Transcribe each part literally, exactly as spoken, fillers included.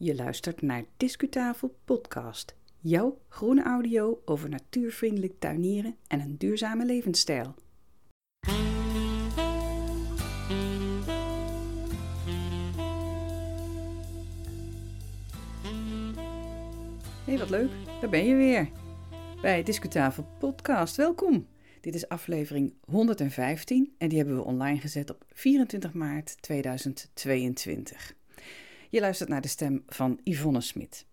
Je luistert naar Discutafel Podcast. Jouw groene audio over natuurvriendelijk tuinieren en een duurzame levensstijl. Hey, wat leuk. Daar ben je weer. Bij Discutafel Podcast. Welkom. Dit is aflevering honderdvijftien en die hebben we online gezet op vierentwintig maart tweeduizend tweeëntwintig. Je luistert naar de stem van Yvonne Smit.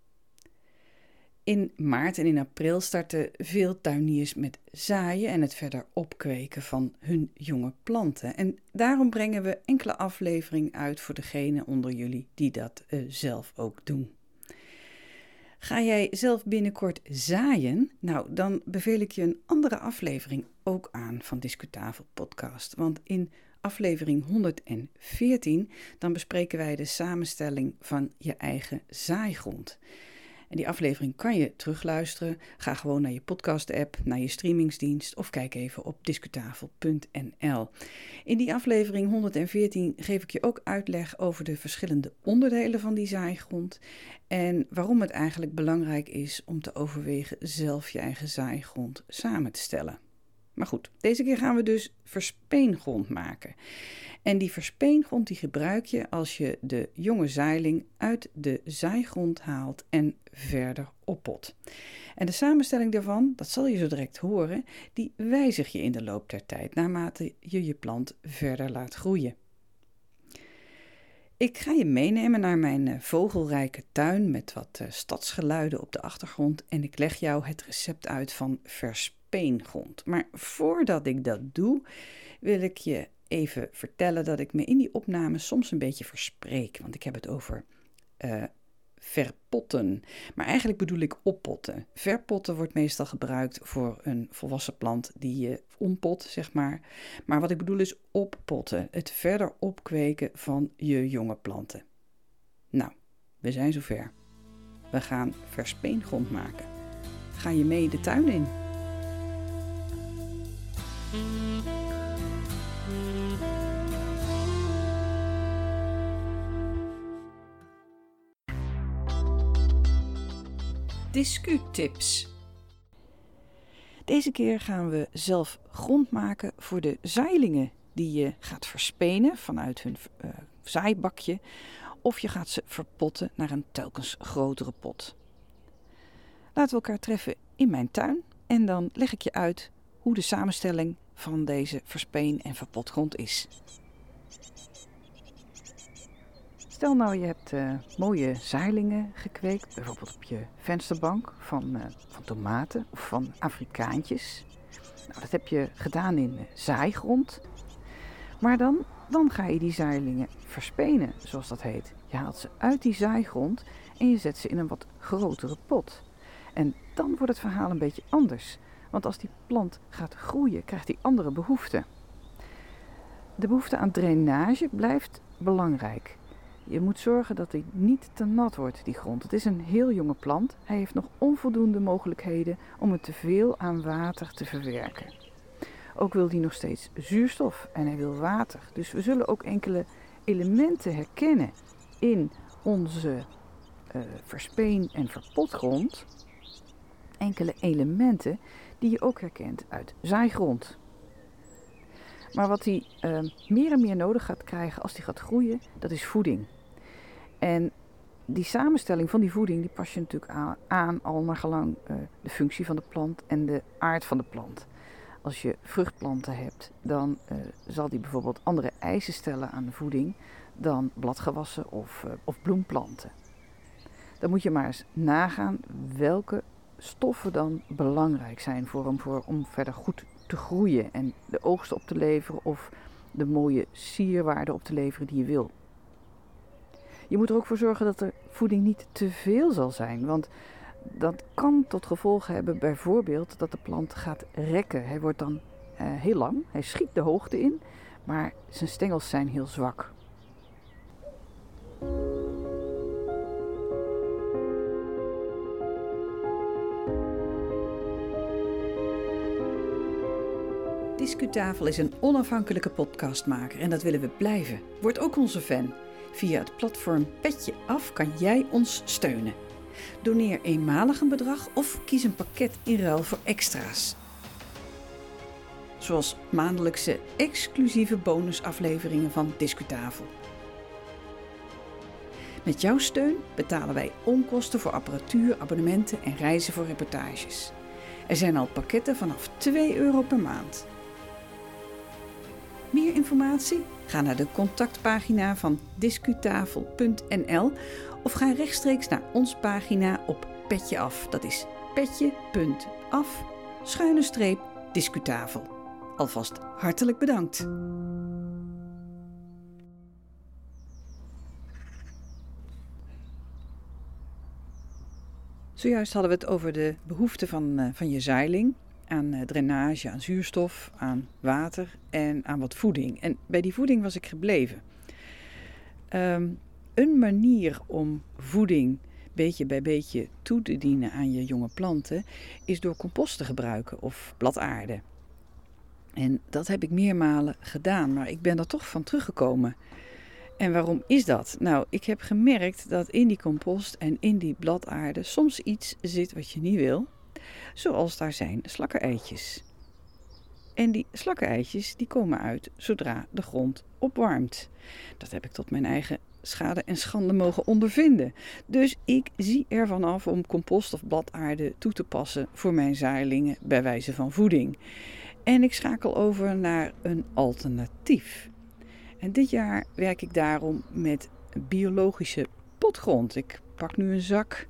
In maart en in april starten veel tuiniers met zaaien en het verder opkweken van hun jonge planten. En daarom brengen we enkele afleveringen uit voor degenen onder jullie die dat uh, zelf ook doen. Ga jij zelf binnenkort zaaien? Nou, dan beveel ik je een andere aflevering ook aan van Discutafel Podcast. Want in aflevering honderdveertien, dan bespreken wij de samenstelling van je eigen zaaigrond. En die aflevering kan je terugluisteren. Ga gewoon naar je podcast-app, naar je streamingsdienst of kijk even op discutafel punt n l. In die aflevering honderdveertien geef ik je ook uitleg over de verschillende onderdelen van die zaaigrond en waarom het eigenlijk belangrijk is om te overwegen zelf je eigen zaaigrond samen te stellen. Maar goed, deze keer gaan we dus verspeengrond maken. En die verspeengrond die gebruik je als je de jonge zaailing uit de zaaigrond haalt en verder oppot. En de samenstelling daarvan, dat zal je zo direct horen, die wijzig je in de loop der tijd naarmate je je plant verder laat groeien. Ik ga je meenemen naar mijn vogelrijke tuin met wat stadsgeluiden op de achtergrond en ik leg jou het recept uit van verspeengrond. Maar voordat ik dat doe, wil ik je even vertellen dat ik me in die opname soms een beetje verspreek, want ik heb het over uh, verpotten. Maar eigenlijk bedoel ik oppotten. Verpotten wordt meestal gebruikt voor een volwassen plant die je ompot, zeg maar. Maar wat ik bedoel is oppotten, het verder opkweken van je jonge planten. Nou, we zijn zover. We gaan verspeengrond maken. Ga je mee de tuin in? Discutips. Deze keer gaan we zelf grond maken voor de zaailingen die je gaat verspenen vanuit hun uh, zaaibakje of je gaat ze verpotten naar een telkens grotere pot. Laten we elkaar treffen in mijn tuin en dan leg ik je uit hoe de samenstelling van deze verspeen- en verpotgrond is. Stel nou je hebt uh, mooie zaailingen gekweekt, bijvoorbeeld op je vensterbank van, uh, van tomaten of van Afrikaantjes. Nou, dat heb je gedaan in uh, zaaigrond. Maar dan, dan ga je die zaailingen verspenen, zoals dat heet. Je haalt ze uit die zaaigrond en je zet ze in een wat grotere pot. En dan wordt het verhaal een beetje anders. Want als die plant gaat groeien, krijgt die andere behoeften. De behoefte aan drainage blijft belangrijk. Je moet zorgen dat hij niet te nat wordt, die grond. Het is een heel jonge plant. Hij heeft nog onvoldoende mogelijkheden om het teveel aan water te verwerken. Ook wil hij nog steeds zuurstof en hij wil water. Dus we zullen ook enkele elementen herkennen in onze uh, verspeen- en verpotgrond. Enkele elementen die je ook herkent uit zaaigrond. Maar wat hij uh, meer en meer nodig gaat krijgen als hij gaat groeien, dat is voeding. En die samenstelling van die voeding, die pas je natuurlijk aan, aan al naar gelang uh, de functie van de plant en de aard van de plant. Als je vruchtplanten hebt, dan uh, zal die bijvoorbeeld andere eisen stellen aan de voeding dan bladgewassen of, uh, of bloemplanten. Dan moet je maar eens nagaan welke stoffen dan belangrijk zijn voor hem voor, om verder goed te groeien en de oogsten op te leveren of de mooie sierwaarden op te leveren die je wil. Je moet er ook voor zorgen dat de voeding niet te veel zal zijn, want dat kan tot gevolg hebben bijvoorbeeld dat de plant gaat rekken. Hij wordt dan uh, heel lang, hij schiet de hoogte in, maar zijn stengels zijn heel zwak. Discutafel is een onafhankelijke podcastmaker en dat willen we blijven. Word ook onze fan. Via het platform Petje Af kan jij ons steunen. Doneer eenmalig een bedrag of kies een pakket in ruil voor extra's. Zoals maandelijkse exclusieve bonusafleveringen van Discutafel. Met jouw steun betalen wij onkosten voor apparatuur, abonnementen en reizen voor reportages. Er zijn al pakketten vanaf twee euro per maand. Meer informatie? Ga naar de contactpagina van discutafel punt n l of ga rechtstreeks naar onze pagina op Petje Af. Dat is petje.af, schuine streep, Discutafel. Alvast hartelijk bedankt. Zojuist hadden we het over de behoefte van, uh, van je zeiling aan uh, drainage, aan zuurstof, aan water en aan wat voeding. En bij die voeding was ik gebleven. Um, een manier om voeding beetje bij beetje toe te dienen aan je jonge planten is door compost te gebruiken of bladaarde. En dat heb ik meermalen gedaan, maar ik ben er toch van teruggekomen. En waarom is dat? Nou, ik heb gemerkt dat in die compost en in die bladaarde soms iets zit wat je niet wil. Zoals daar zijn slakkeneitjes. En die slakkeneitjes die komen uit zodra de grond opwarmt. Dat heb ik tot mijn eigen schade en schande mogen ondervinden. Dus ik zie ervan af om compost of bladaarde toe te passen voor mijn zaailingen bij wijze van voeding. En ik schakel over naar een alternatief. En dit jaar werk ik daarom met biologische potgrond. Ik pak nu een zak.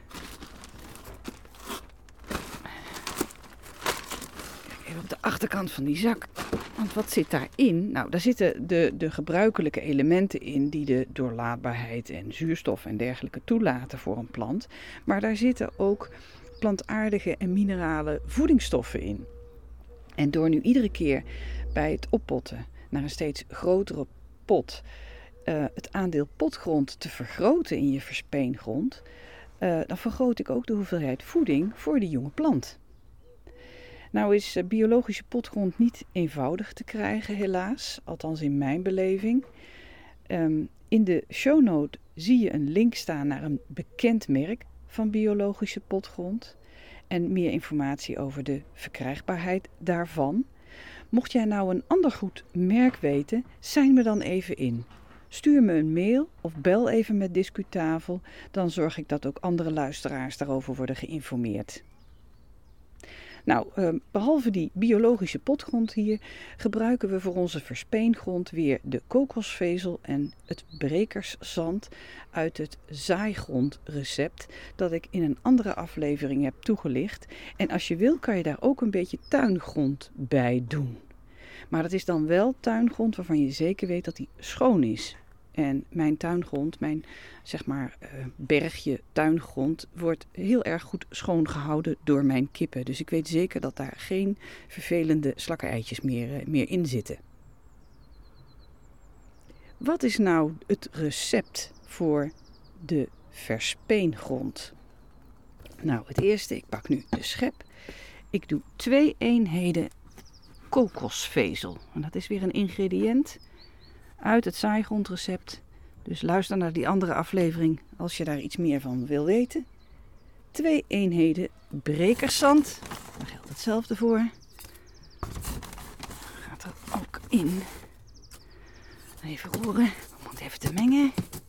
Kijk even op de achterkant van die zak. Want wat zit daarin? Nou, daar zitten de, de gebruikelijke elementen in die de doorlaatbaarheid en zuurstof en dergelijke toelaten voor een plant. Maar daar zitten ook plantaardige en minerale voedingsstoffen in. En door nu iedere keer bij het oppotten naar een steeds grotere pot uh, het aandeel potgrond te vergroten in je verspeengrond, uh, dan vergroot ik ook de hoeveelheid voeding voor die jonge plant. Nou is uh, biologische potgrond niet eenvoudig te krijgen helaas, althans in mijn beleving. Um, in de shownote zie je een link staan naar een bekend merk van biologische potgrond en meer informatie over de verkrijgbaarheid daarvan. Mocht jij nou een ander goed merk weten, sein me dan even in. Stuur me een mail of bel even met Discutafel, dan zorg ik dat ook andere luisteraars daarover worden geïnformeerd. Nou, eh, behalve die biologische potgrond hier, gebruiken we voor onze verspeengrond weer de kokosvezel en het brekerszand uit het zaaigrondrecept dat ik in een andere aflevering heb toegelicht. En als je wil, kan je daar ook een beetje tuingrond bij doen. Maar dat is dan wel tuingrond waarvan je zeker weet dat die schoon is. En mijn tuingrond, mijn zeg maar uh, bergje tuingrond, wordt heel erg goed schoongehouden door mijn kippen. Dus ik weet zeker dat daar geen vervelende slakkeneitjes meer, uh, meer in zitten. Wat is nou het recept voor de verspeengrond? Nou, het eerste, ik pak nu de schep. Ik doe twee eenheden kokosvezel. En dat is weer een ingrediënt uit het zaaigrondrecept. Dus luister naar die andere aflevering als je daar iets meer van wil weten. Twee eenheden brekerszand. Daar geldt hetzelfde voor. Gaat er ook in. Even roeren. Om het even te mengen.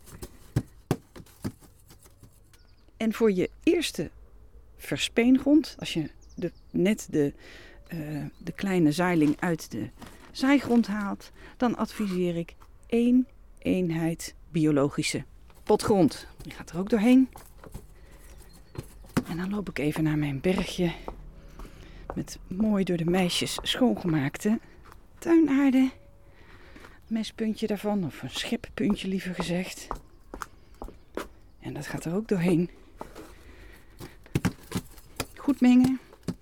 En voor je eerste verspeengrond, als je de, net de, uh, de kleine zaailing uit de zaaigrond haalt, dan adviseer ik één eenheid biologische potgrond. Die gaat er ook doorheen. En dan loop ik even naar mijn bergje met mooi door de meisjes schoongemaakte tuinaarde. Mespuntje daarvan, of een scheppuntje liever gezegd. En dat gaat er ook doorheen. Goed mengen.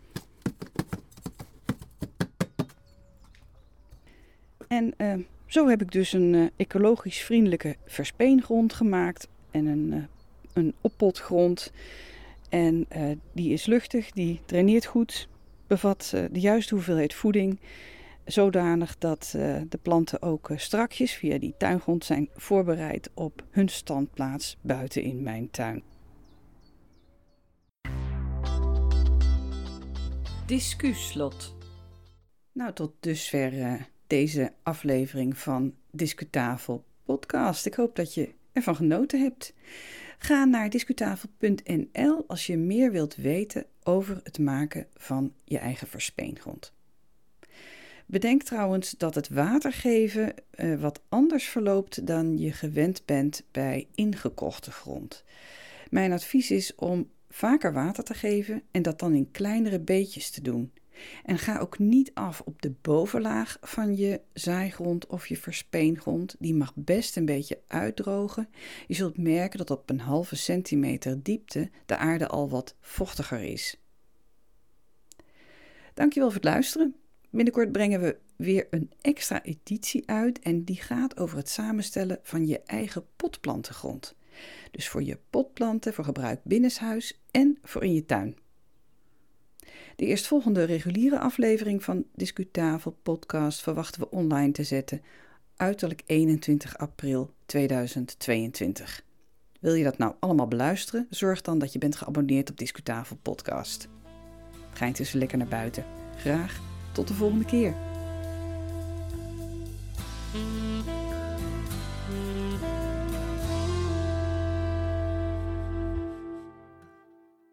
En uh, zo heb ik dus een uh, ecologisch vriendelijke verspeengrond gemaakt en een, uh, een oppotgrond. En uh, die is luchtig, die draineert goed, bevat uh, de juiste hoeveelheid voeding. zodanig dat uh, de planten ook uh, strakjes via die tuingrond zijn voorbereid op hun standplaats buiten in mijn tuin. Discuslot. Nou, tot dusver uh, deze aflevering van Discutafel podcast. Ik hoop dat je ervan genoten hebt. Ga naar discutafel punt n l als je meer wilt weten over het maken van je eigen verspeengrond. Bedenk trouwens dat het watergeven uh, wat anders verloopt dan je gewend bent bij ingekochte grond. Mijn advies is om vaker water te geven en dat dan in kleinere beetjes te doen. En ga ook niet af op de bovenlaag van je zaaigrond of je verspeengrond. Die mag best een beetje uitdrogen. Je zult merken dat op een halve centimeter diepte de aarde al wat vochtiger is. Dankjewel voor het luisteren. Binnenkort brengen we weer een extra editie uit en die gaat over het samenstellen van je eigen potplantengrond. Dus voor je potplanten, voor gebruik binnenshuis en voor in je tuin. De eerstvolgende reguliere aflevering van Discutafel podcast verwachten we online te zetten, uiterlijk eenentwintig april tweeduizend tweeëntwintig. Wil je dat nou allemaal beluisteren? Zorg dan dat je bent geabonneerd op Discutafel podcast. Ga intussen lekker naar buiten. Graag tot de volgende keer.